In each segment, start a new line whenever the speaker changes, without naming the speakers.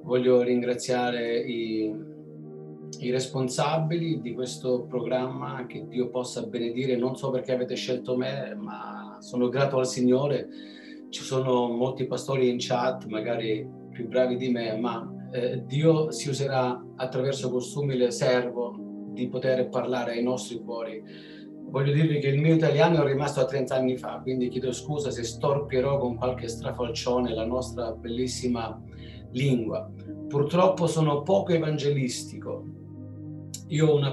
Voglio ringraziare i responsabili di questo programma, che Dio possa benedire. Non so perché avete scelto me, ma sono grato al Signore. Ci sono molti pastori in chat, magari più bravi di me, ma Dio si userà attraverso quest'umile servo di poter parlare ai nostri cuori. Voglio dirvi che il mio italiano è rimasto a 30 anni fa, quindi chiedo scusa se storpierò con qualche strafalcione la nostra bellissima lingua. Purtroppo sono poco evangelistico. Io ho una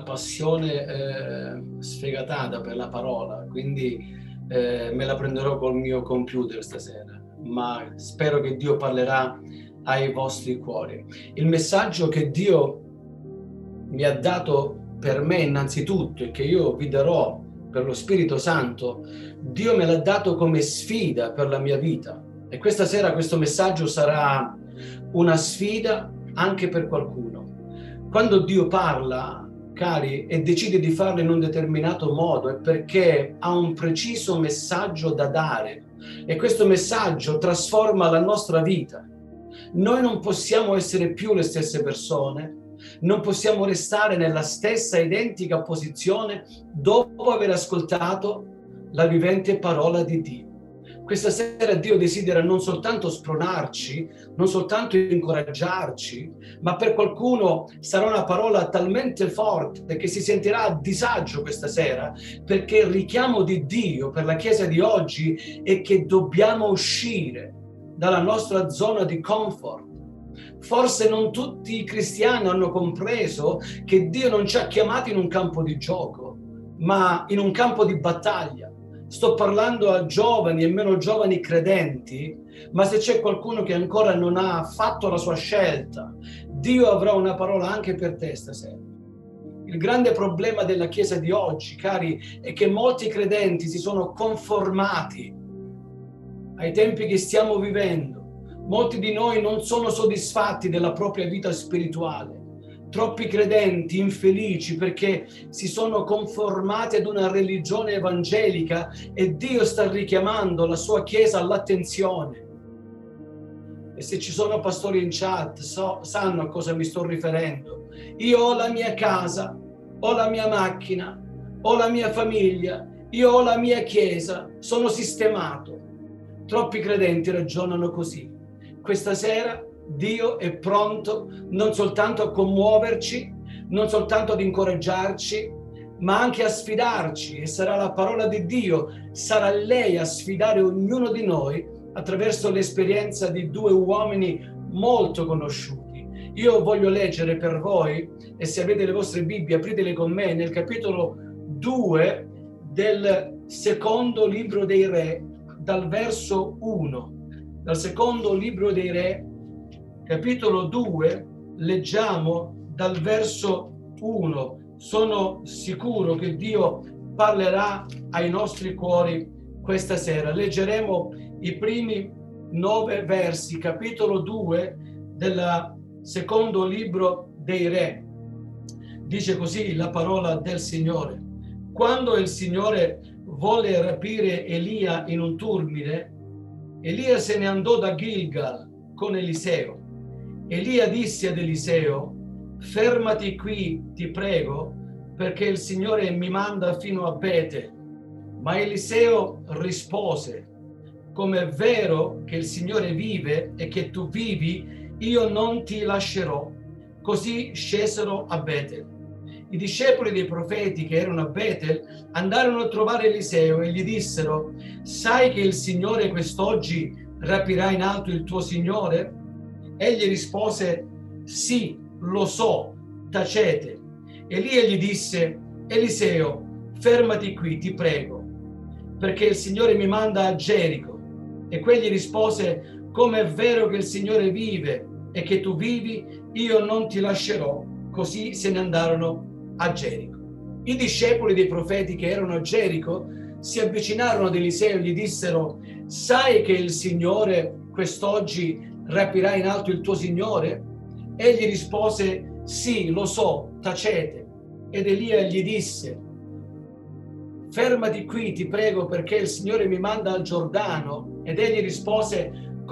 passione sfegatata per la parola, quindi me la prenderò col mio computer stasera, ma spero che Dio parlerà ai vostri cuori. Il messaggio che Dio mi ha dato per me innanzitutto e che io vi darò per lo Spirito Santo, Dio me l'ha dato come sfida per la mia vita. E questa sera questo messaggio sarà una sfida anche per qualcuno. Quando Dio parla, cari, e decide di farlo in un determinato modo, è perché ha un preciso messaggio da dare e questo messaggio trasforma la nostra vita. Noi non possiamo essere più le stesse persone, non possiamo restare nella stessa identica posizione dopo aver ascoltato la vivente parola di Dio. Questa sera Dio desidera non soltanto spronarci, non soltanto incoraggiarci, ma per qualcuno sarà una parola talmente forte che si sentirà a disagio questa sera, perché il richiamo di Dio per la Chiesa di oggi è che dobbiamo uscire dalla nostra zona di comfort. Forse non tutti i cristiani hanno compreso che Dio non ci ha chiamati in un campo di gioco, ma in un campo di battaglia. Sto parlando a giovani e meno giovani credenti, ma se c'è qualcuno che ancora non ha fatto la sua scelta, Dio avrà una parola anche per te stasera. Il grande problema della Chiesa di oggi, cari, è che molti credenti si sono conformati ai tempi che stiamo vivendo. Molti di noi non sono soddisfatti della propria vita spirituale. Troppi credenti infelici perché si sono conformati ad una religione evangelica e Dio sta richiamando la sua Chiesa all'attenzione. E se ci sono pastori in chat, sanno a cosa mi sto riferendo. Io ho la mia casa, ho la mia macchina, ho la mia famiglia, io ho la mia Chiesa, sono sistemato. Troppi credenti ragionano così. Questa sera Dio è pronto non soltanto a commuoverci, non soltanto ad incoraggiarci, ma anche a sfidarci, e sarà la parola di Dio, sarà lei a sfidare ognuno di noi attraverso l'esperienza di due uomini molto conosciuti. Io voglio leggere per voi, e se avete le vostre Bibbie apritele con me, nel capitolo 2 del secondo libro dei Re, dal verso 1. Dal secondo libro dei Re, capitolo 2, leggiamo dal verso 1. Sono sicuro che Dio parlerà ai nostri cuori questa sera. Leggeremo i primi 9 versi, capitolo 2 del secondo libro dei Re. Dice così la parola del Signore. Quando il Signore volle rapire Elia in un turbine, Elia se ne andò da Gilgal con Eliseo. Elia disse ad Eliseo: fermati qui, ti prego, perché il Signore mi manda fino a Betel. Ma Eliseo rispose: come è vero che il Signore vive e che tu vivi, io non ti lascerò. Così scesero a Betel. I discepoli dei profeti che erano a Betel andarono a trovare Eliseo e gli dissero: sai che il Signore quest'oggi rapirà in alto il tuo Signore? Egli rispose: sì, lo so, tacete. Elia gli disse: Eliseo, fermati qui, ti prego, perché il Signore mi manda a Gerico. E quegli rispose: come è vero che il Signore vive e che tu vivi, io non ti lascerò. Così se ne andarono a Gerico. I discepoli dei profeti che erano a Gerico si avvicinarono ad Eliseo e gli dissero: sai che il Signore quest'oggi rapirà in alto il tuo Signore? Egli rispose: sì, lo so, tacete. Ed Elia gli disse: fermati qui, ti prego, perché il Signore mi manda al Giordano. Ed egli rispose: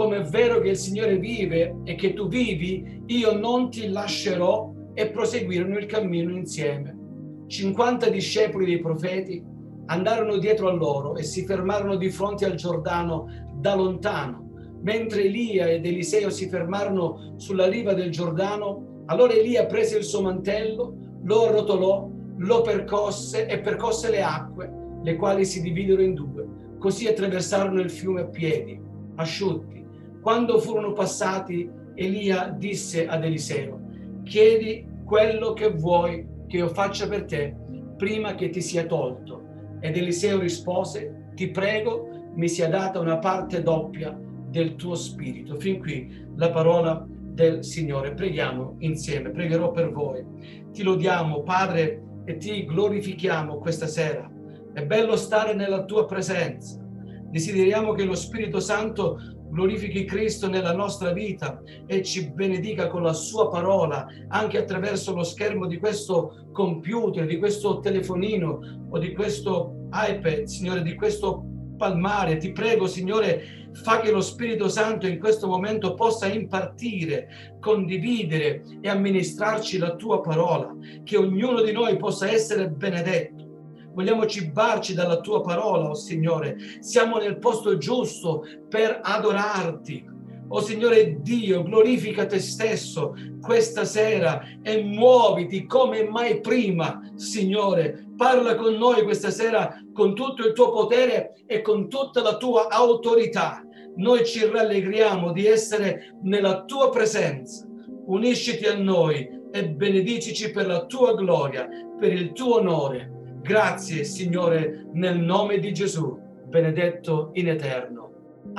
come è vero che il Signore vive e che tu vivi, io non ti lascerò, e proseguirono il cammino insieme. 50 discepoli dei profeti andarono dietro a loro e si fermarono di fronte al Giordano da lontano. Mentre Elia ed Eliseo si fermarono sulla riva del Giordano, allora Elia prese il suo mantello, lo arrotolò, lo percosse e percosse le acque, le quali si dividero in due. Così attraversarono il fiume a piedi, asciutti. Quando furono passati, Elia disse ad Eliseo: chiedi quello che vuoi che io faccia per te prima che ti sia tolto. Ed Eliseo rispose: ti prego, mi sia data una parte doppia del tuo spirito. Fin qui la parola del Signore. Preghiamo insieme, pregherò per voi. Ti lodiamo, Padre, e ti glorifichiamo questa sera. È bello stare nella tua presenza. Desideriamo che lo Spirito Santo glorifichi Cristo nella nostra vita e ci benedica con la sua parola anche attraverso lo schermo di questo computer, di questo telefonino o di questo iPad, Signore, di questo palmare. Ti prego, Signore, fa che lo Spirito Santo in questo momento possa impartire, condividere e amministrarci la tua parola, che ognuno di noi possa essere benedetto. Vogliamo cibarci dalla tua parola, oh Signore. Siamo nel posto giusto per adorarti. Oh Signore Dio, glorifica te stesso questa sera e muoviti come mai prima, Signore. Parla con noi questa sera con tutto il tuo potere e con tutta la tua autorità. Noi ci rallegriamo di essere nella tua presenza. Unisciti a noi e benedicici per la tua gloria, per il tuo onore. Grazie, Signore, nel nome di Gesù, benedetto in eterno.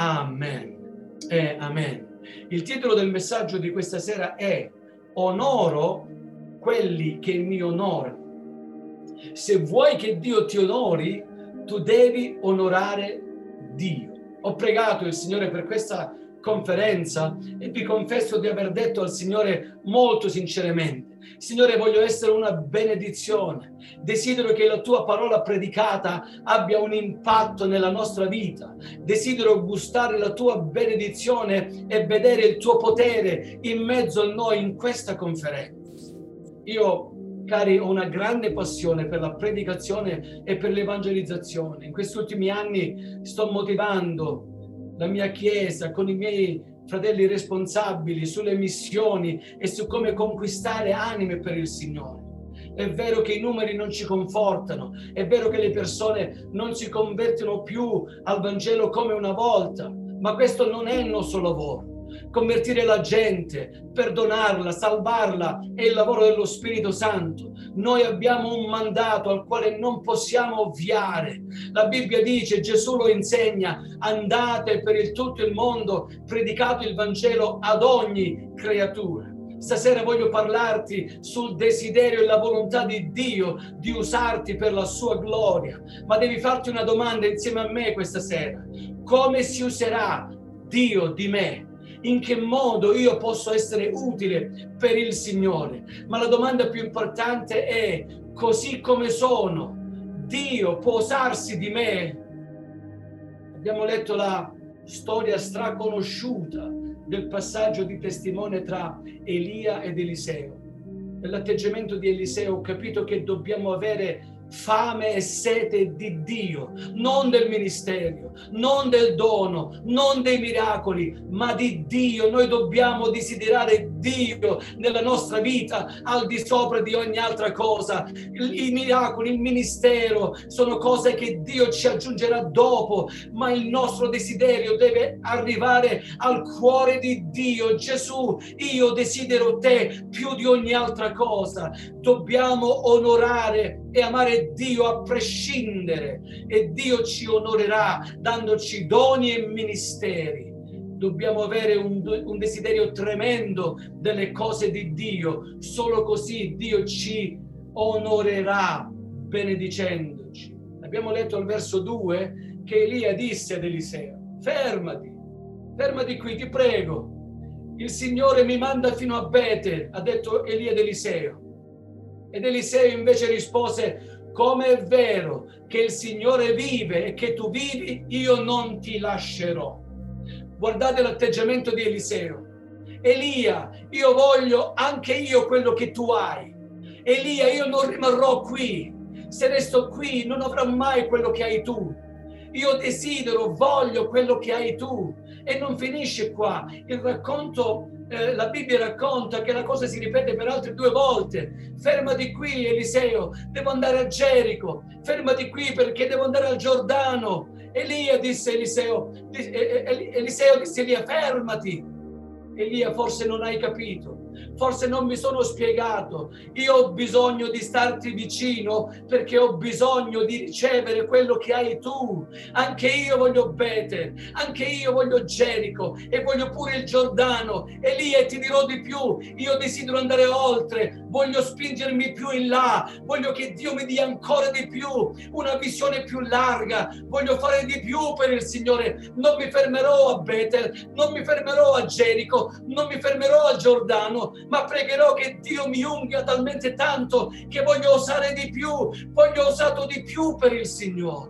Amen e amen. Il titolo del messaggio di questa sera è: onoro quelli che mi onorano. Se vuoi che Dio ti onori, tu devi onorare Dio. Ho pregato il Signore per questa conferenza e vi confesso di aver detto al Signore molto sinceramente: Signore, voglio essere una benedizione. Desidero che la tua parola predicata abbia un impatto nella nostra vita. Desidero gustare la tua benedizione e vedere il tuo potere in mezzo a noi in questa conferenza. Io, cari, ho una grande passione per la predicazione e per l'evangelizzazione. In questi ultimi anni sto motivando la mia Chiesa con i miei fratelli responsabili sulle missioni e su come conquistare anime per il Signore. È vero che i numeri non ci confortano, è vero che le persone non si convertono più al Vangelo come una volta, ma questo non è il nostro lavoro. Convertire la gente, perdonarla, salvarla è il lavoro dello Spirito Santo. Noi abbiamo un mandato al quale non possiamo ovviare. La Bibbia dice, Gesù lo insegna: andate per tutto il mondo, predicate il Vangelo ad ogni creatura. Stasera voglio parlarti sul desiderio e la volontà di Dio di usarti per la sua gloria. Ma devi farti una domanda insieme a me questa sera: come si userà Dio di me? In che modo io posso essere utile per il Signore? Ma la domanda più importante è: così come sono, Dio può usarsi di me? Abbiamo letto la storia straconosciuta del passaggio di testimone tra Elia ed Eliseo. Nell'atteggiamento di Eliseo ho capito che dobbiamo avere fame e sete di Dio, non del ministero, non del dono, non dei miracoli, ma di Dio. Noi dobbiamo desiderare Dio nella nostra vita al di sopra di ogni altra cosa. I miracoli, il ministero sono cose che Dio ci aggiungerà dopo, ma il nostro desiderio deve arrivare al cuore di Dio. Gesù, io desidero te più di ogni altra cosa. Dobbiamo onorare e amare Dio a prescindere, e Dio ci onorerà dandoci doni e ministeri. Dobbiamo avere un desiderio tremendo delle cose di Dio. Solo così Dio ci onorerà benedicendoci. Abbiamo letto al verso 2 che Elia disse ad Eliseo: fermati qui, ti prego. Il Signore mi manda fino a Betel, ha detto Elia ad Eliseo. Ed Eliseo invece rispose: come è vero che il Signore vive e che tu vivi, io non ti lascerò. Guardate l'atteggiamento di Eliseo. Elia, io voglio anche io quello che tu hai. Elia, io non rimarrò qui. Se resto qui non avrò mai quello che hai tu. Io desidero, voglio quello che hai tu. E non finisce qua. Il racconto, la Bibbia racconta che la cosa si ripete per altre 2 volte. Fermati qui, Eliseo, devo andare a Gerico. Fermati qui perché devo andare al Giordano. Eliseo disse Elia, fermati. Elia, forse non hai capito, forse non mi sono spiegato. Io ho bisogno di starti vicino perché ho bisogno di ricevere quello che hai tu. Anche io voglio Betel, anche io voglio Gerico e voglio pure il Giordano. Elia, ti dirò di più, io desidero andare oltre, voglio spingermi più in là, voglio che Dio mi dia ancora di più, una visione più larga, voglio fare di più per il Signore. Non mi fermerò a Betel, non mi fermerò a Gerico, non mi fermerò al Giordano, ma pregherò che Dio mi unga talmente tanto che voglio osare di più, voglio osato di più per il Signore.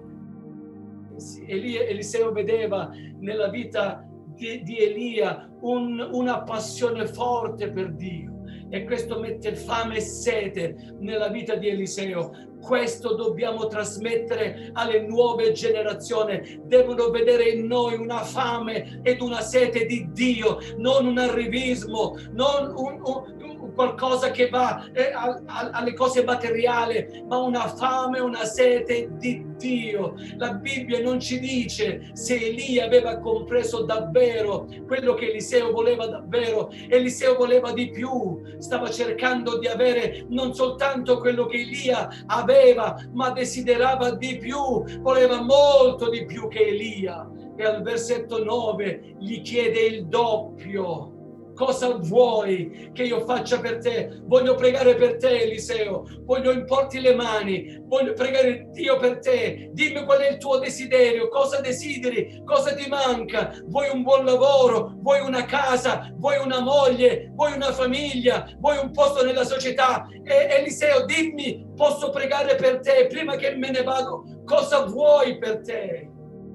Eliseo vedeva nella vita di Elia una passione forte per Dio, e questo mette fame e sete nella vita di Eliseo. Questo dobbiamo trasmettere alle nuove generazioni. Devono vedere in noi una fame ed una sete di Dio, non un arrivismo, non qualcosa che va alle cose materiali, ma una fame, una sete di Dio. La Bibbia non ci dice se Elia aveva compreso davvero quello che Eliseo voleva davvero. Eliseo voleva di più, stava cercando di avere non soltanto quello che Elia aveva, ma desiderava di più, voleva molto di più che Elia. E al versetto 9 gli chiede il doppio. Cosa vuoi che io faccia per te? Voglio pregare per te, Eliseo. Voglio importi le mani. Voglio pregare Dio per te. Dimmi qual è il tuo desiderio. Cosa desideri? Cosa ti manca? Vuoi un buon lavoro? Vuoi una casa? Vuoi una moglie? Vuoi una famiglia? Vuoi un posto nella società? Eliseo, dimmi, posso pregare per te prima che me ne vado? Cosa vuoi per te?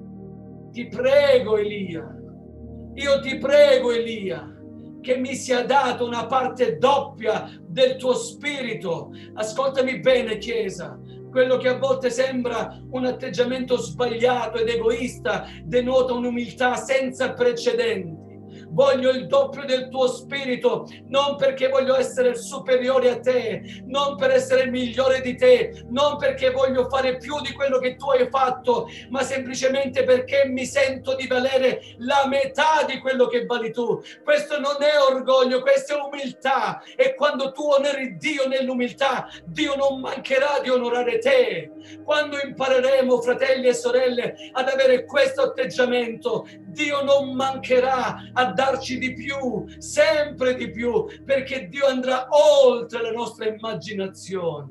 Ti prego, Elia. Io ti prego, Elia, che mi sia dato una parte doppia del tuo spirito. Ascoltami bene, Chiesa. Quello che a volte sembra un atteggiamento sbagliato ed egoista denota un'umiltà senza precedenti. Voglio il doppio del tuo spirito, non perché voglio essere superiore a te, non per essere migliore di te, non perché voglio fare più di quello che tu hai fatto, ma semplicemente perché mi sento di valere la metà di quello che vali tu. Questo non è orgoglio, questa è umiltà, e quando tu onori Dio nell'umiltà, Dio non mancherà di onorare te. Quando impareremo, fratelli e sorelle, ad avere questo atteggiamento, Dio non mancherà a darci di più, sempre di più, perché Dio andrà oltre la nostra immaginazione.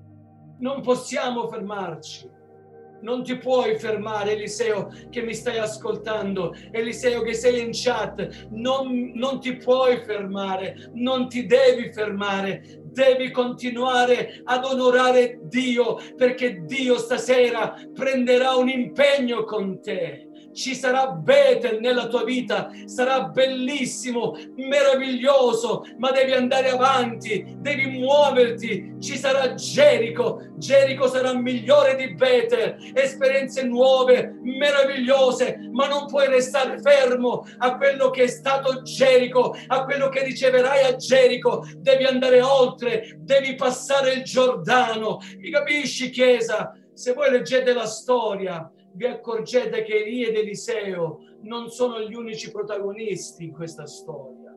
Non possiamo fermarci. Non ti puoi fermare, Eliseo, che mi stai ascoltando, Eliseo che sei in chat, non ti puoi fermare, non ti devi fermare, devi continuare ad onorare Dio, perché Dio stasera prenderà un impegno con te. Ci sarà Betel nella tua vita, sarà bellissimo, meraviglioso, ma devi andare avanti, devi muoverti. Ci sarà Gerico, Gerico sarà migliore di Betel, esperienze nuove, meravigliose, ma non puoi restare fermo a quello che è stato Gerico, a quello che riceverai a Gerico. Devi andare oltre, devi passare il Giordano. Mi capisci, Chiesa? Se voi leggete la storia, vi accorgete che Elia ed Eliseo non sono gli unici protagonisti in questa storia.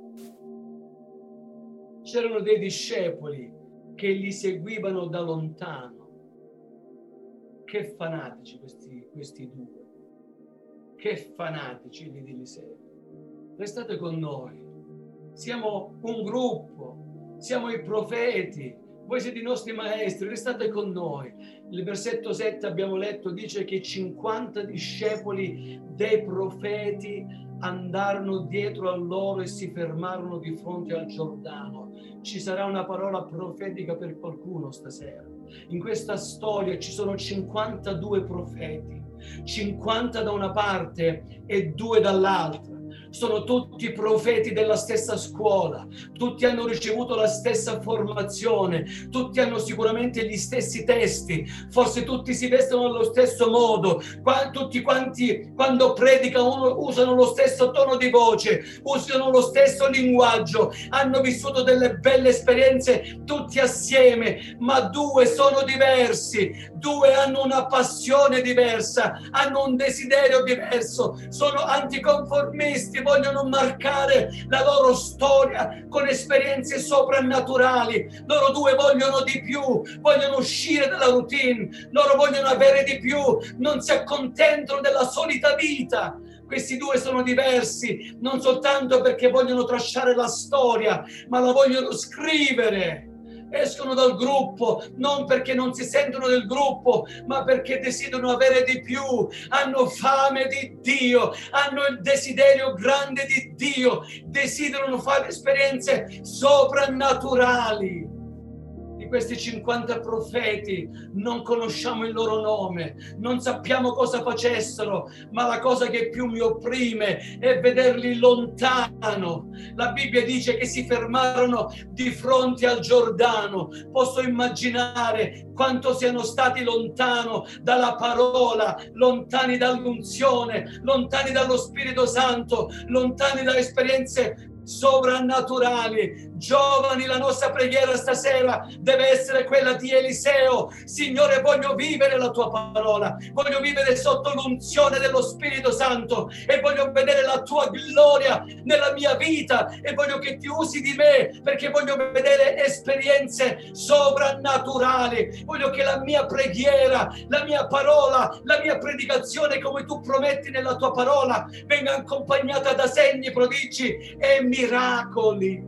C'erano dei discepoli che li seguivano da lontano. Che fanatici questi due. Che fanatici di Eliseo. Restate con noi. Siamo un gruppo, siamo i profeti. Voi siete i nostri maestri, restate con noi. Il versetto 7 abbiamo letto, dice che 50 discepoli dei profeti andarono dietro a loro e si fermarono di fronte al Giordano. Ci sarà una parola profetica per qualcuno stasera. In questa storia ci sono 52 profeti, 50 da una parte e 2 dall'altra. sono tutti profeti della stessa scuola, tutti hanno ricevuto la stessa formazione, tutti hanno sicuramente gli stessi testi, forse tutti si vestono allo stesso modo, tutti quanti quando predicano usano lo stesso tono di voce, usano lo stesso linguaggio, hanno vissuto delle belle esperienze tutti assieme, ma due sono diversi, due hanno una passione diversa, hanno un desiderio diverso, sono anticonformisti, vogliono marcare la loro storia con esperienze soprannaturali. Loro due vogliono di più, vogliono uscire dalla routine, loro vogliono avere di più, non si accontentano della solita vita. Questi due sono diversi, non soltanto perché vogliono tracciare la storia, ma la vogliono scrivere. Escono dal gruppo non perché non si sentono del gruppo, ma perché desiderano avere di più, hanno fame di Dio, hanno il desiderio grande di Dio, desiderano fare esperienze soprannaturali. Di questi 50 profeti non conosciamo il loro nome, non sappiamo cosa facessero, ma la cosa che più mi opprime è vederli lontano. La Bibbia dice che si fermarono di fronte al Giordano. Posso immaginare quanto siano stati lontano dalla parola, lontani dall'unzione, lontani dallo Spirito Santo, lontani da esperienze sovrannaturali. Giovani, la nostra preghiera stasera deve essere quella di Eliseo: Signore, voglio vivere la tua parola, voglio vivere sotto l'unzione dello Spirito Santo e voglio vedere la tua gloria nella mia vita e voglio che ti usi di me, perché voglio vedere esperienze sovrannaturali. Voglio che la mia preghiera, la mia parola, la mia predicazione, come tu prometti nella tua parola, venga accompagnata da segni, prodigi e miracoli.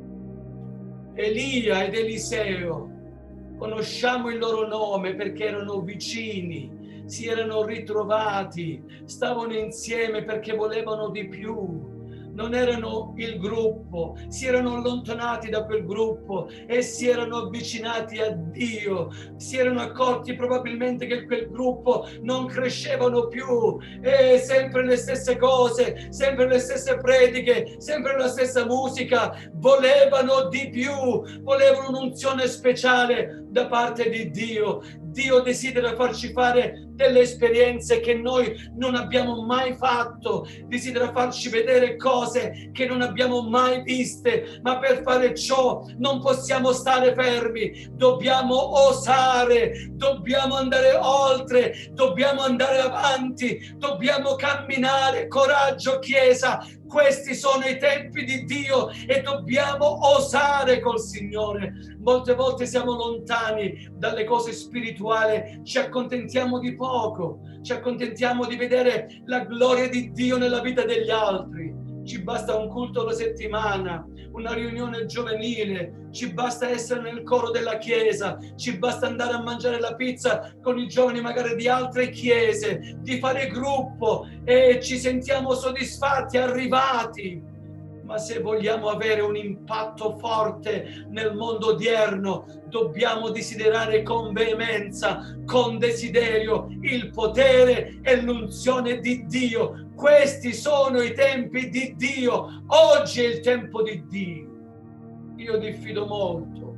Elia ed Eliseo, conosciamo il loro nome perché erano vicini, si erano ritrovati, stavano insieme perché volevano di più. Non erano il gruppo, si erano allontanati da quel gruppo e si erano avvicinati a Dio, si erano accorti probabilmente che quel gruppo non crescevano più, e sempre le stesse cose, sempre le stesse prediche, sempre la stessa musica. Volevano di più, volevano un'unzione speciale da parte di Dio. Dio desidera farci fare delle esperienze che noi non abbiamo mai fatto, desidera farci vedere cose che non abbiamo mai viste, ma per fare ciò non possiamo stare fermi, dobbiamo osare, dobbiamo andare oltre, dobbiamo andare avanti, dobbiamo camminare. Coraggio, Chiesa, questi sono i tempi di Dio e dobbiamo osare col Signore. Molte volte siamo lontani dalle cose spirituali, ci accontentiamo di poco, ci accontentiamo di vedere la gloria di Dio nella vita degli altri. Ci basta un culto alla settimana, una riunione giovanile, ci basta essere nel coro della chiesa, ci basta andare a mangiare la pizza con i giovani magari di altre chiese, di fare gruppo e ci sentiamo soddisfatti, arrivati. Ma se vogliamo avere un impatto forte nel mondo odierno, dobbiamo desiderare con veemenza, con desiderio, il potere e l'unzione di Dio. Questi sono i tempi di Dio. Oggi è il tempo di Dio. Io diffido molto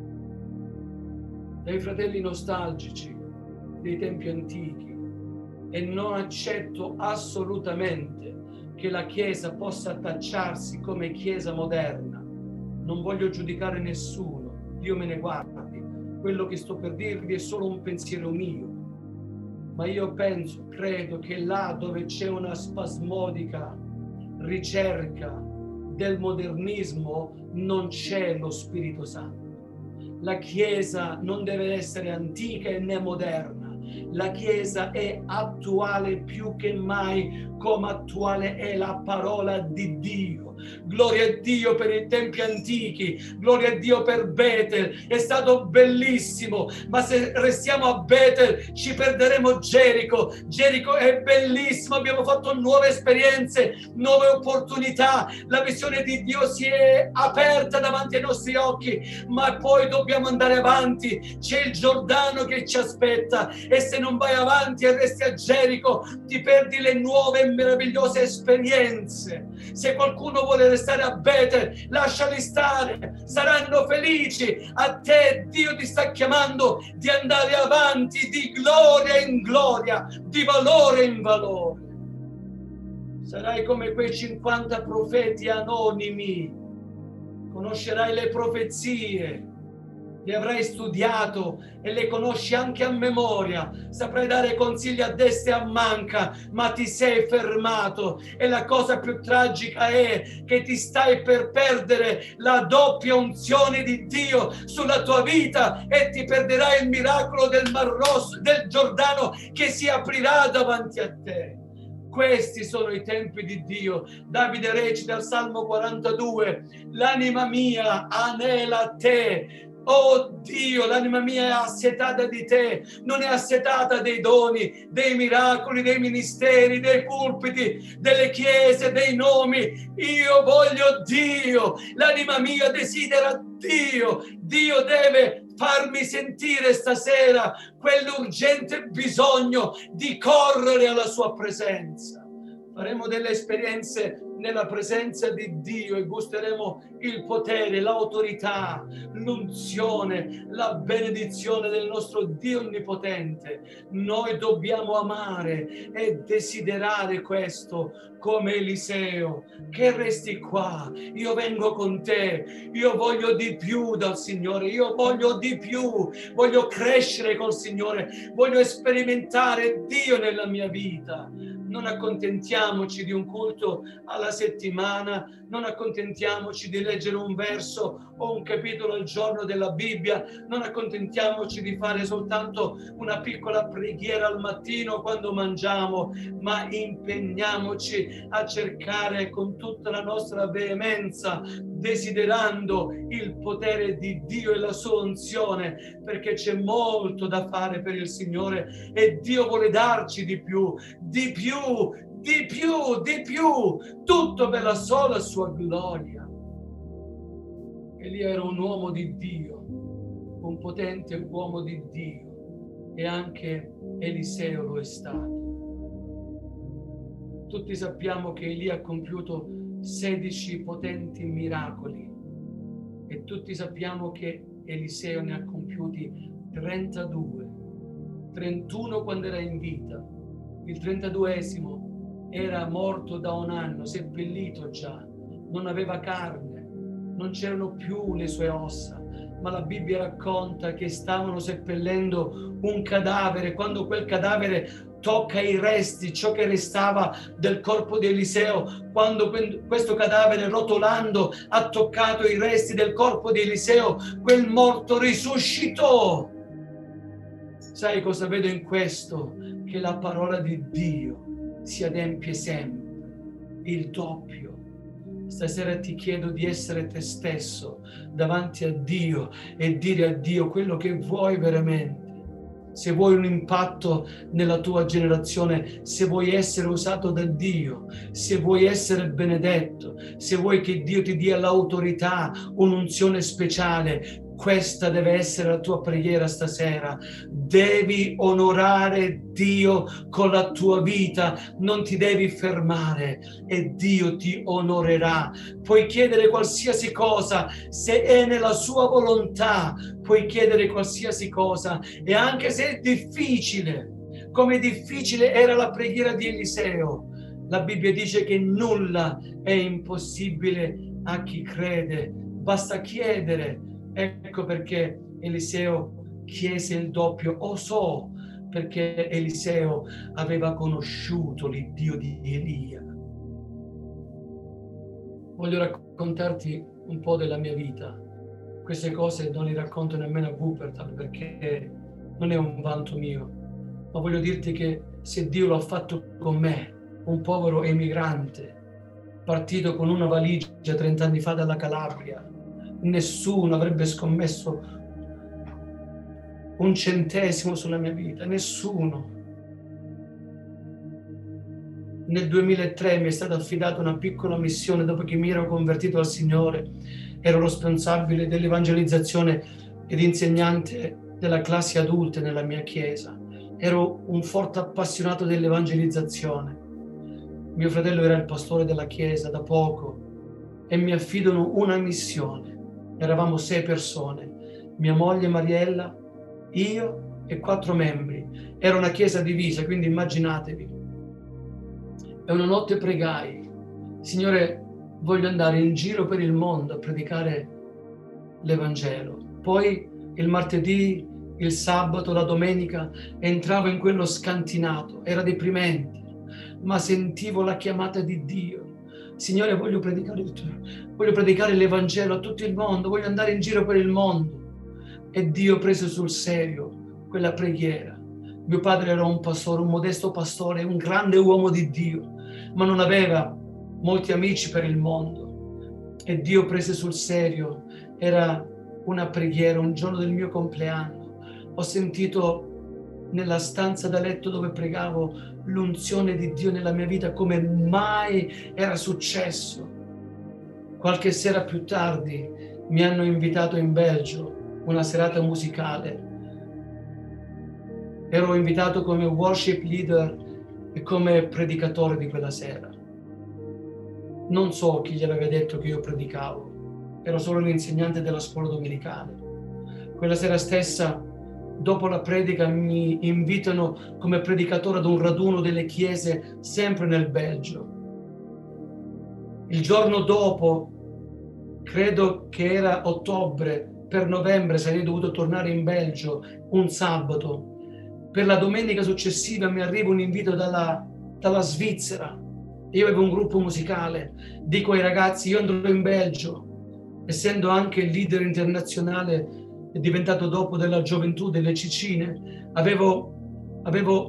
dai fratelli nostalgici dei tempi antichi e non accetto assolutamente che la Chiesa possa tacciarsi come Chiesa moderna. Non voglio giudicare nessuno, Dio me ne guardi. Quello che sto per dirvi è solo un pensiero mio, ma io penso, credo che là dove c'è una spasmodica ricerca del modernismo non c'è lo Spirito Santo. La Chiesa non deve essere antica né moderna. La Chiesa è attuale più che mai, come attuale è la parola di Dio. Gloria a Dio per i tempi antichi, gloria a Dio per Betel, è stato bellissimo, ma se restiamo a Betel ci perderemo Gerico. Gerico è bellissimo, abbiamo fatto nuove esperienze, nuove opportunità, la visione di Dio si è aperta davanti ai nostri occhi, ma poi dobbiamo andare avanti, c'è il Giordano che ci aspetta e se non vai avanti e resti a Gerico ti perdi le nuove e meravigliose esperienze. Se qualcuno vuole restare a Betel, lasciali stare, saranno felici. A te Dio ti sta chiamando di andare avanti di gloria in gloria, di valore in valore. Sarai come quei 50 profeti anonimi, conoscerai le profezie, le avrai studiato e le conosci anche a memoria, saprai dare consigli a destra e a manca, ma ti sei fermato. E la cosa più tragica è che ti stai per perdere la doppia unzione di Dio sulla tua vita e ti perderai il miracolo del Mar Rosso, del Giordano che si aprirà davanti a te. Questi sono i tempi di Dio. Davide recita al Salmo 42: l'anima mia anela te. Oh Dio, l'anima mia è assetata di te, non è assetata dei doni, dei miracoli, dei ministeri, dei pulpiti, delle chiese, dei nomi. Io voglio Dio, l'anima mia desidera Dio. Dio deve farmi sentire stasera quell'urgente bisogno di correre alla sua presenza. Faremo delle esperienze nella presenza di Dio e gusteremo il potere, l'autorità, l'unzione, la benedizione del nostro Dio onnipotente. Noi dobbiamo amare e desiderare questo come Eliseo, che resti qua. Io vengo con te, io voglio di più dal Signore, io voglio di più, voglio crescere col Signore, voglio sperimentare Dio nella mia vita. Non accontentiamoci di un culto alla settimana, non accontentiamoci di leggere un verso o un capitolo al giorno della Bibbia, non accontentiamoci di fare soltanto una piccola preghiera al mattino quando mangiamo, ma impegniamoci a cercare con tutta la nostra veemenza, desiderando il potere di Dio e la sua unzione, perché c'è molto da fare per il Signore e Dio vuole darci di più, di più, di più, di più, tutto per la sola sua gloria. Elia era un uomo di Dio, un potente uomo di Dio, e anche Eliseo lo è stato. Tutti sappiamo che Elia ha compiuto 16 potenti miracoli e tutti sappiamo che Eliseo ne ha compiuti 32, 31 quando era in vita, il 32esimo era morto da un anno, seppellito già, non aveva carne, non c'erano più le sue ossa, ma la Bibbia racconta che stavano seppellendo un cadavere. Quando quel cadavere tocca i resti, ciò che restava del corpo di Eliseo, quando questo cadavere rotolando ha toccato i resti del corpo di Eliseo, quel morto risuscitò. Sai cosa vedo in questo? Che la parola di Dio si adempie sempre, il doppio. Stasera ti chiedo di essere te stesso davanti a Dio e dire a Dio quello che vuoi veramente. Se vuoi un impatto nella tua generazione, se vuoi essere usato da Dio, se vuoi essere benedetto, se vuoi che Dio ti dia l'autorità, un'unzione speciale, questa deve essere la tua preghiera stasera. Devi onorare Dio con la tua vita, non ti devi fermare e Dio ti onorerà. Puoi chiedere qualsiasi cosa, se è nella sua volontà, puoi chiedere qualsiasi cosa, e anche se è difficile, come difficile era la preghiera di Eliseo, la Bibbia dice che nulla è impossibile a chi crede, basta chiedere. Ecco perché Eliseo chiese il doppio, osò, perché Eliseo aveva conosciuto l'Iddio di Elia. Voglio raccontarti un po' della mia vita. Queste cose non le racconto nemmeno a Wuppertal perché non è un vanto mio, ma voglio dirti che se Dio lo ha fatto con me, un povero emigrante, partito con una valigia 30 anni fa dalla Calabria, nessuno avrebbe scommesso un centesimo sulla mia vita, nessuno. Nel 2003 mi è stata affidata una piccola missione dopo che mi ero convertito al Signore. Ero responsabile dell'evangelizzazione ed insegnante della classe adulte nella mia chiesa. Ero un forte appassionato dell'evangelizzazione.
Mio fratello era il pastore della chiesa da poco e mi affidano una missione. Eravamo 6 persone, mia moglie Mariella, io e 4 membri. Era una chiesa divisa, quindi immaginatevi. E una notte pregai, Signore, voglio andare in giro per il mondo a predicare l'Evangelo. Poi il martedì, il sabato, la domenica entravo in quello scantinato, era deprimente, ma sentivo la chiamata di Dio. Signore, voglio predicare l'Evangelo a tutto il mondo, voglio andare in giro per il mondo. E Dio prese sul serio quella preghiera. Mio padre era un pastore, un modesto pastore, un grande uomo di Dio, ma non aveva molti amici per il mondo. E Dio prese sul serio. Era una preghiera, un giorno del mio compleanno. Ho sentito nella stanza da letto dove pregavo l'unzione di Dio nella mia vita come mai era successo. Qualche sera più tardi mi hanno invitato in Belgio, una serata musicale. Ero invitato come worship leader e come predicatore di quella sera. Non so chi gli aveva detto che io predicavo, ero solo l'insegnante della scuola domenicale. Quella sera stessa, dopo la predica, mi invitano come predicatore ad un raduno delle chiese sempre nel Belgio. Il giorno dopo, credo che era ottobre, per novembre sarei dovuto tornare in Belgio un sabato. Per la domenica successiva mi arriva un invito dalla Svizzera. Io avevo un gruppo musicale, dico ai ragazzi, io andrò in Belgio, essendo anche il leader internazionale, è diventato dopo della gioventù delle Cicine, avevo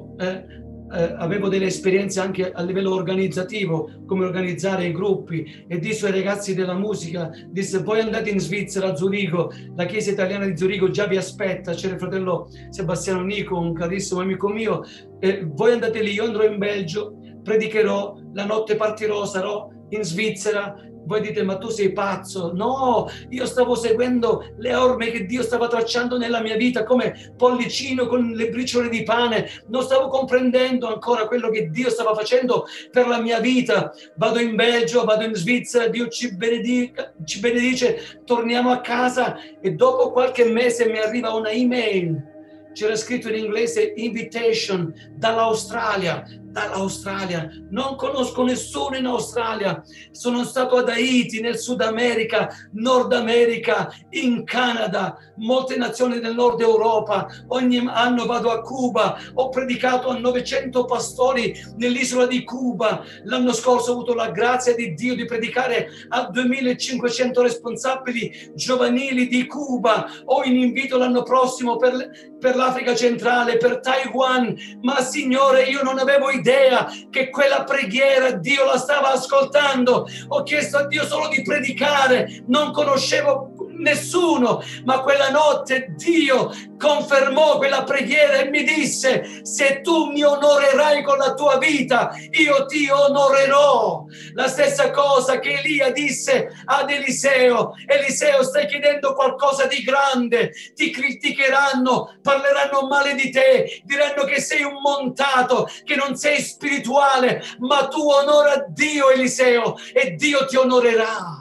delle esperienze anche a livello organizzativo, come organizzare i gruppi, e dissi ai ragazzi della musica, disse, voi andate in Svizzera, a Zurigo, la chiesa italiana di Zurigo già vi aspetta, c'era il fratello Sebastiano Nico, un carissimo amico mio, voi andate lì, io andrò in Belgio, predicherò, la notte partirò, sarò in Svizzera. Voi dite, ma tu sei pazzo? No, io stavo seguendo le orme che Dio stava tracciando nella mia vita come pollicino con le briciole di pane. Non stavo comprendendo ancora quello che Dio stava facendo per la mia vita. Vado in Belgio, vado in Svizzera, Dio ci benedice, torniamo a casa e dopo qualche mese mi arriva una email. C'era scritto in inglese invitation dall'Australia. Non conosco nessuno in Australia, sono stato ad Haiti, nel Sud America, Nord America, in Canada, molte nazioni del Nord Europa, ogni anno vado a Cuba, ho predicato a 900 pastori nell'isola di Cuba, l'anno scorso ho avuto la grazia di Dio di predicare a 2500 responsabili giovanili di Cuba, ho in invito l'anno prossimo per l'Africa centrale, per Taiwan, ma Signore, io non avevo idea che quella preghiera Dio la stava ascoltando. Ho chiesto a Dio solo di predicare, non conoscevo nessuno, ma quella notte Dio confermò quella preghiera e mi disse, se tu mi onorerai con la tua vita, io ti onorerò. La stessa cosa che Elia disse ad Eliseo: Eliseo, stai chiedendo qualcosa di grande, ti criticheranno, parleranno male di te, diranno che sei un montato, che non sei spirituale, ma tu onora Dio, Eliseo, e Dio ti onorerà.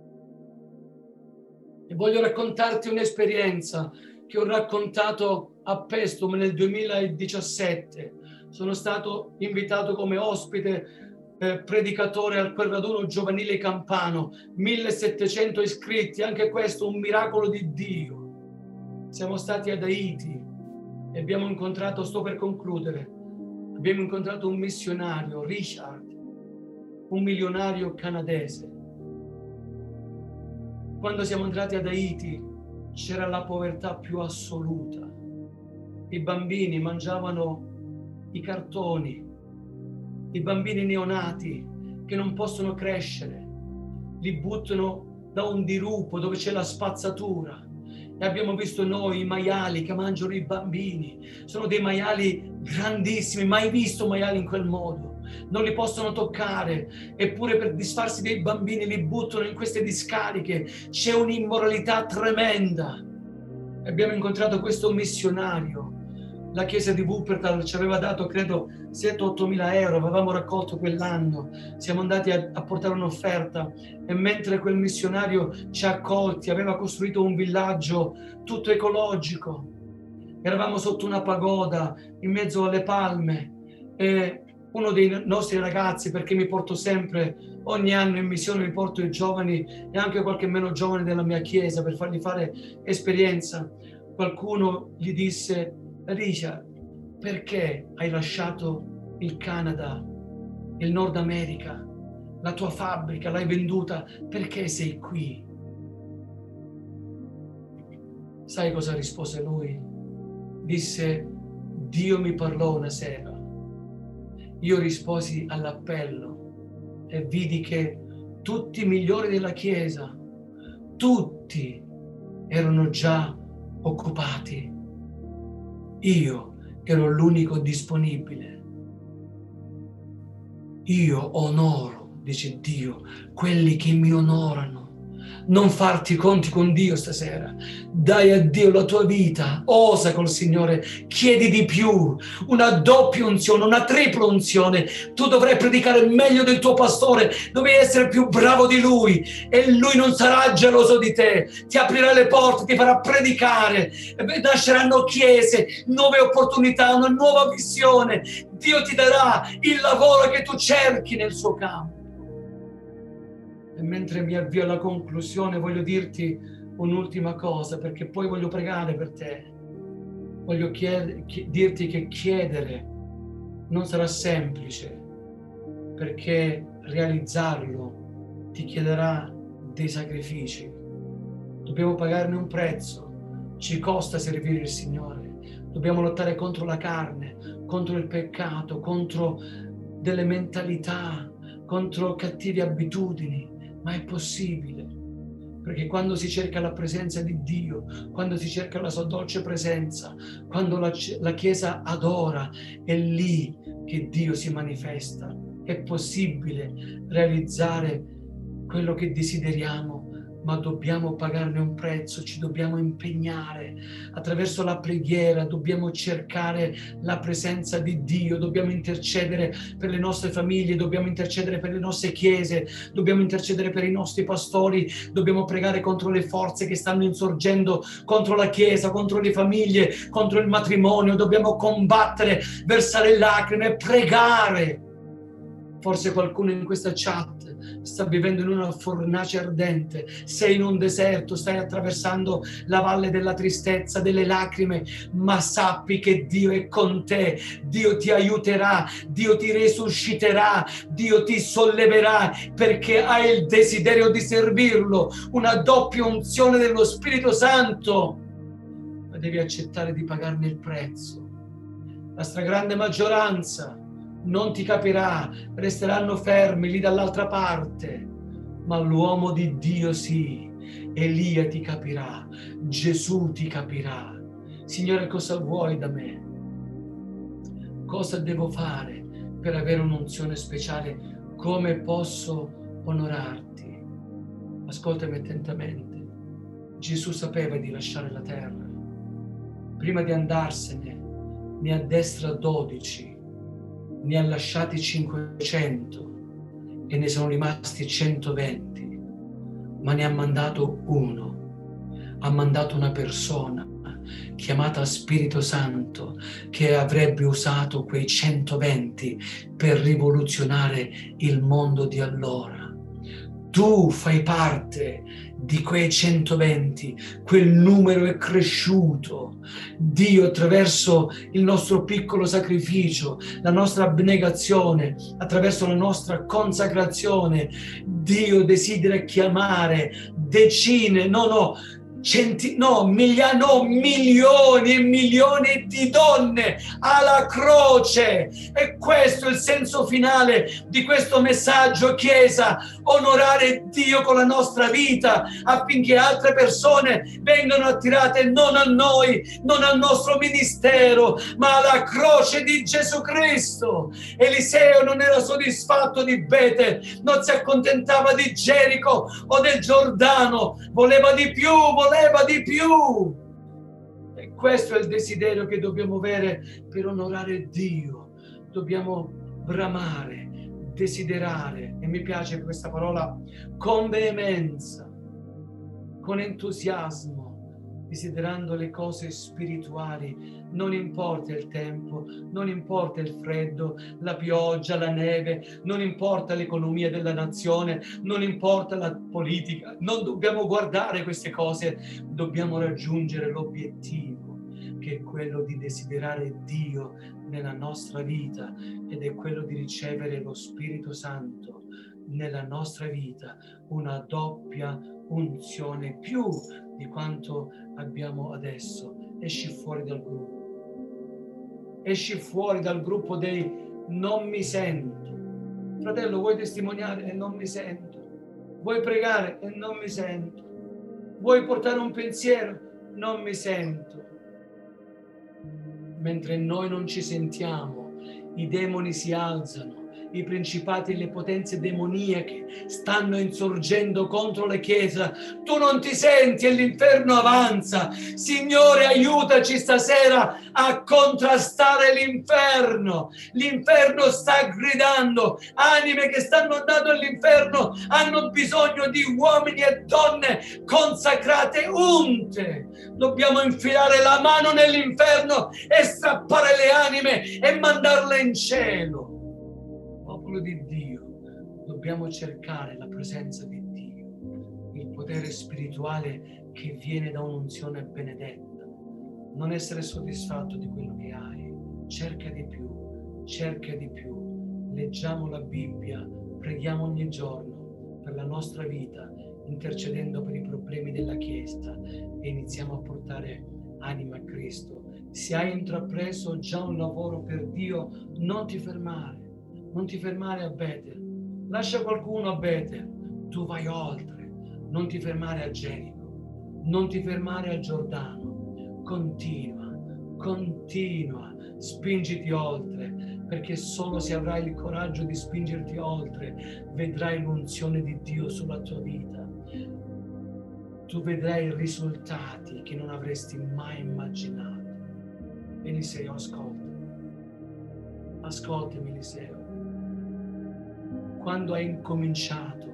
E voglio raccontarti un'esperienza che ho raccontato a Pestum nel 2017. Sono stato invitato come ospite predicatore al quel raduno giovanile campano, 1700 iscritti, anche questo un miracolo di Dio. Siamo stati ad Haiti e abbiamo incontrato, sto per concludere, abbiamo incontrato un missionario, Richard, un milionario canadese. Quando siamo entrati ad Haiti c'era la povertà più assoluta. I bambini mangiavano i cartoni, i bambini neonati che non possono crescere, li buttano da un dirupo dove c'è la spazzatura. E abbiamo visto noi i maiali che mangiano i bambini. Sono dei maiali grandissimi, mai visto maiali in quel modo. Non li possono toccare, eppure per disfarsi dei bambini li buttano in queste discariche. C'è un'immoralità tremenda. Abbiamo incontrato questo missionario la chiesa di Wuppertal ci aveva dato, credo, 7-8 mila euro, avevamo raccolto quell'anno, siamo andati a portare un'offerta e mentre quel missionario ci ha accolti, aveva costruito un villaggio tutto ecologico, eravamo sotto una pagoda, in mezzo alle palme, e uno dei nostri ragazzi, perché mi porto sempre, ogni anno in missione mi porto i giovani e anche qualche meno giovane della mia chiesa per fargli fare esperienza, qualcuno gli disse: Richard, perché hai lasciato il Canada, il Nord America, la tua fabbrica, l'hai venduta, perché sei qui? Sai cosa rispose lui? Disse: Dio mi parlò una sera. Io risposi all'appello e vidi che tutti i migliori della chiesa, tutti erano già occupati. Io ero l'unico disponibile. Io onoro, dice Dio, quelli che mi onorano. Non farti conti con Dio stasera. Dai a Dio la tua vita, osa col Signore, chiedi di più, una doppia unzione, una tripla unzione. Tu dovrai predicare meglio del tuo pastore, devi essere più bravo di lui e lui non sarà geloso di te, ti aprirà le porte, ti farà predicare, nasceranno chiese, nuove opportunità, una nuova visione. Dio ti darà il lavoro che tu cerchi nel suo campo. E mentre mi avvio alla conclusione voglio dirti un'ultima cosa, perché poi voglio pregare per te. Voglio dirti che chiedere non sarà semplice, perché realizzarlo ti chiederà dei sacrifici. Dobbiamo pagarne un prezzo, ci costa servire il Signore. Dobbiamo lottare contro la carne, contro il peccato, contro delle mentalità, contro cattive abitudini. Ma è possibile, perché quando si cerca la presenza di Dio, quando si cerca la sua dolce presenza, quando la Chiesa adora, è lì che Dio si manifesta. È possibile realizzare quello che desideriamo, ma dobbiamo pagarne un prezzo, ci dobbiamo impegnare attraverso la preghiera, dobbiamo cercare la presenza di Dio, dobbiamo intercedere per le nostre famiglie, dobbiamo intercedere per le nostre chiese, dobbiamo intercedere per i nostri pastori, dobbiamo pregare contro le forze che stanno insorgendo contro la Chiesa, contro le famiglie, contro il matrimonio, dobbiamo combattere, versare lacrime e pregare. Forse qualcuno in questa chat sta vivendo in una fornace ardente, sei in un deserto, stai attraversando la valle della tristezza, delle lacrime, ma sappi che Dio è con te, Dio ti aiuterà, Dio ti risusciterà, Dio ti solleverà, perché hai il desiderio di servirlo, una doppia unzione dello Spirito Santo, ma devi accettare di pagarne il prezzo. La stragrande maggioranza non ti capirà, resteranno fermi lì dall'altra parte, ma l'uomo di Dio sì, Elia ti capirà, Gesù ti capirà. Signore, cosa vuoi da me? Cosa devo fare per avere un'unzione speciale? Come posso onorarti? Ascoltami attentamente. Gesù sapeva di lasciare la terra. Prima di andarsene, ne addestra 12. Ne ha lasciati 500 e ne sono rimasti 120, ma ne ha mandato uno, ha mandato una persona chiamata Spirito Santo che avrebbe usato quei 120 per rivoluzionare il mondo di allora. Tu fai parte di quei 120, quel numero è cresciuto. Dio, attraverso il nostro piccolo sacrificio, la nostra abnegazione, attraverso la nostra consacrazione, Dio desidera chiamare decine, milioni e milioni di donne alla croce. E questo è il senso finale di questo messaggio, Chiesa: onorare Dio con la nostra vita affinché altre persone vengano attirate non a noi, non al nostro ministero, ma alla croce di Gesù Cristo. Eliseo non era soddisfatto di Betel, non si accontentava di Gerico o del Giordano, voleva di più. E Questo è il desiderio che dobbiamo avere per onorare Dio. Dobbiamo bramare, desiderare, e mi piace questa parola, con veemenza, con entusiasmo, desiderando le cose spirituali. Non importa il tempo, non importa il freddo, la pioggia, la neve, non importa l'economia della nazione, non importa la politica. Non dobbiamo guardare queste cose, dobbiamo raggiungere l'obiettivo, che è quello di desiderare Dio nella nostra vita, ed è quello di ricevere lo Spirito Santo nella nostra vita, una doppia unzione più di quanto abbiamo adesso. Esci fuori dal gruppo, esci fuori dal gruppo dei non mi sento. Fratello, vuoi testimoniare e non mi sento? Vuoi pregare e non mi sento? Vuoi portare un pensiero? Non mi sento. Mentre noi non ci sentiamo, i demoni si alzano, i principati e le potenze demoniache stanno insorgendo contro la Chiesa. Tu non ti senti e l'inferno avanza. Signore, aiutaci stasera a contrastare l'inferno. L'inferno sta gridando. Anime che stanno andando all'inferno hanno bisogno di uomini e donne consacrate, unte. Dobbiamo infilare la mano nell'inferno e strappare le anime e mandarle in cielo. Popolo di Dio, dobbiamo cercare la presenza di Dio, il potere spirituale che viene da un'unzione benedetta. Non essere soddisfatto di quello che hai, cerca di più, cerca di più. Leggiamo la Bibbia, preghiamo ogni giorno per la nostra vita, intercedendo per i problemi della Chiesa, e iniziamo a portare anima a Cristo. Se hai intrapreso già un lavoro per Dio, non ti fermare a Betel. Lascia qualcuno a Betel, tu vai oltre. Non ti fermare a Gerico, non ti fermare a Giordano. Continua, spingiti oltre, perché solo se avrai il coraggio di spingerti oltre, vedrai l'unzione di Dio sulla tua vita. Tu vedrai risultati che non avresti mai immaginato. Eliseo, ascoltami Eliseo. Quando hai incominciato,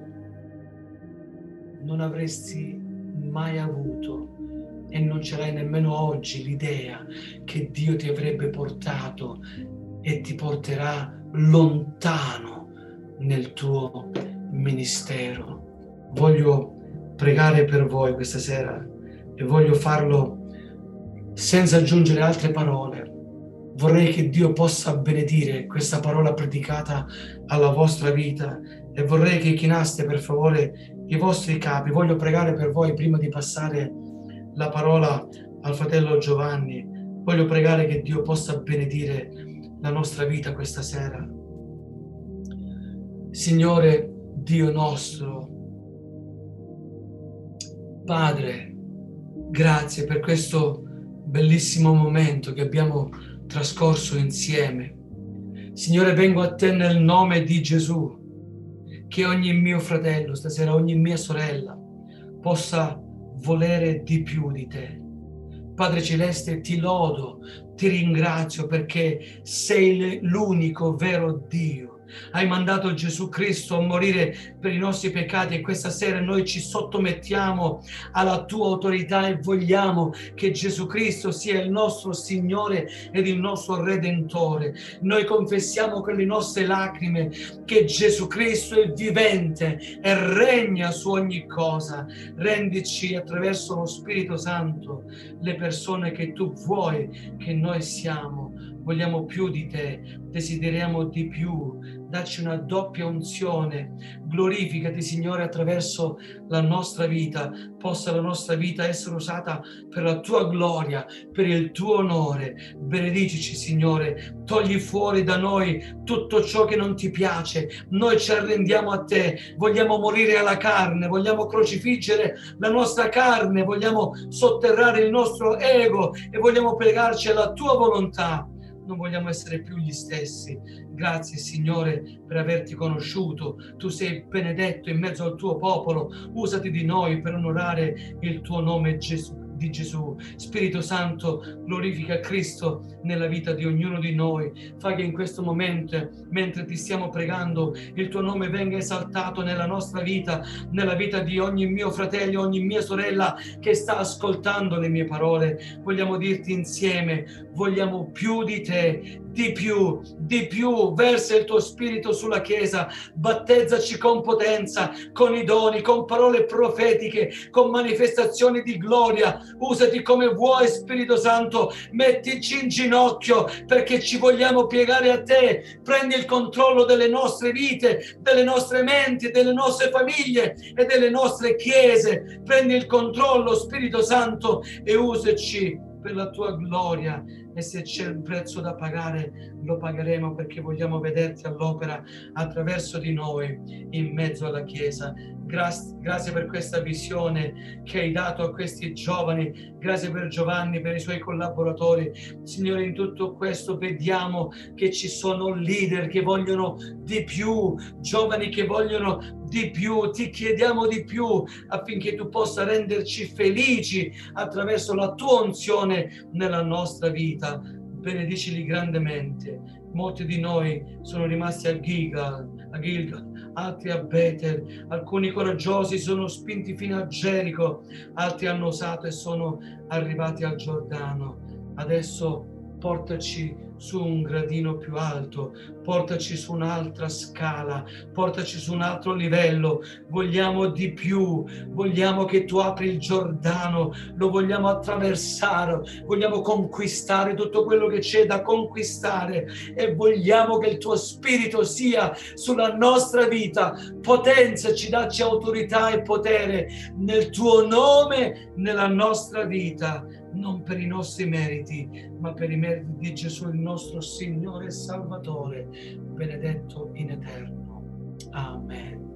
non avresti mai avuto, e non ce l'hai nemmeno oggi, l'idea che Dio ti avrebbe portato e ti porterà lontano nel tuo ministero. Voglio pregare per voi questa sera e voglio farlo senza aggiungere altre parole. Vorrei che Dio possa benedire questa parola predicata alla vostra vita, e vorrei che chinaste per favore i vostri capi. Voglio pregare per voi prima di passare la parola al fratello Giovanni. Voglio pregare che Dio possa benedire la nostra vita questa sera. Signore Dio nostro, Padre, grazie per questo bellissimo momento che abbiamo trascorso insieme. Signore, vengo a te nel nome di Gesù, che ogni mio fratello stasera, ogni mia sorella possa volere di più di te. Padre Celeste, ti lodo, ti ringrazio perché sei l'unico vero Dio. Hai mandato Gesù Cristo a morire per i nostri peccati, e questa sera noi ci sottomettiamo alla tua autorità e vogliamo che Gesù Cristo sia il nostro Signore ed il nostro Redentore. Noi confessiamo con le nostre lacrime che Gesù Cristo è vivente e regna su ogni cosa. Rendici attraverso lo Spirito Santo le persone che tu vuoi che noi siamo. Vogliamo più di te, desideriamo di più. Dacci una doppia unzione. Glorificati, Signore, attraverso la nostra vita. Possa la nostra vita essere usata per la tua gloria, per il tuo onore. Benedicici, Signore. Togli fuori da noi tutto ciò che non ti piace. Noi ci arrendiamo a te. Vogliamo morire alla carne, vogliamo crocifiggere la nostra carne, vogliamo sotterrare il nostro ego e vogliamo piegarci alla tua volontà. Non vogliamo essere più gli stessi. Grazie, Signore, per averti conosciuto. Tu sei benedetto in mezzo al tuo popolo. Usati di noi per onorare il tuo nome, di Gesù. Spirito Santo, glorifica Cristo nella vita di ognuno di noi. Fa che in questo momento, mentre ti stiamo pregando, il tuo nome venga esaltato nella nostra vita, nella vita di ogni mio fratello, ogni mia sorella che sta ascoltando le mie parole. Vogliamo dirti insieme, vogliamo più di te, di più, versa il tuo spirito sulla Chiesa, battezzaci con potenza, con i doni, con parole profetiche, con manifestazioni di gloria. Usati come vuoi, Spirito Santo, mettici in ginocchio perché ci vogliamo piegare a te. Prendi il controllo delle nostre vite, delle nostre menti, delle nostre famiglie e delle nostre chiese. Prendi il controllo, Spirito Santo, e usaci per la tua gloria. E se c'è un prezzo da pagare, lo pagheremo, perché vogliamo vederti all'opera attraverso di noi in mezzo alla Chiesa. Grazie per questa visione che hai dato a questi giovani. Grazie per Giovanni, per i suoi collaboratori. Signore, in tutto questo vediamo che ci sono leader che vogliono di più, giovani che vogliono di più. Ti chiediamo di più affinché tu possa renderci felici attraverso la tua unzione nella nostra vita. Benedicili grandemente. Molti di noi sono rimasti a Gilgal, altri a Betel, alcuni coraggiosi sono spinti fino a Gerico, altri hanno osato e sono arrivati al Giordano. Adesso portaci su un gradino più alto, portaci su un'altra scala, portaci su un altro livello. Vogliamo di più, vogliamo che tu apri il Giordano, lo vogliamo attraversare, vogliamo conquistare tutto quello che c'è da conquistare e vogliamo che il tuo spirito sia sulla nostra vita. Potenziaci, dacci autorità e potere nel tuo nome, nella nostra vita, non per i nostri meriti, ma per i meriti di Gesù, il nostro Signore e Salvatore, benedetto in eterno. Amen.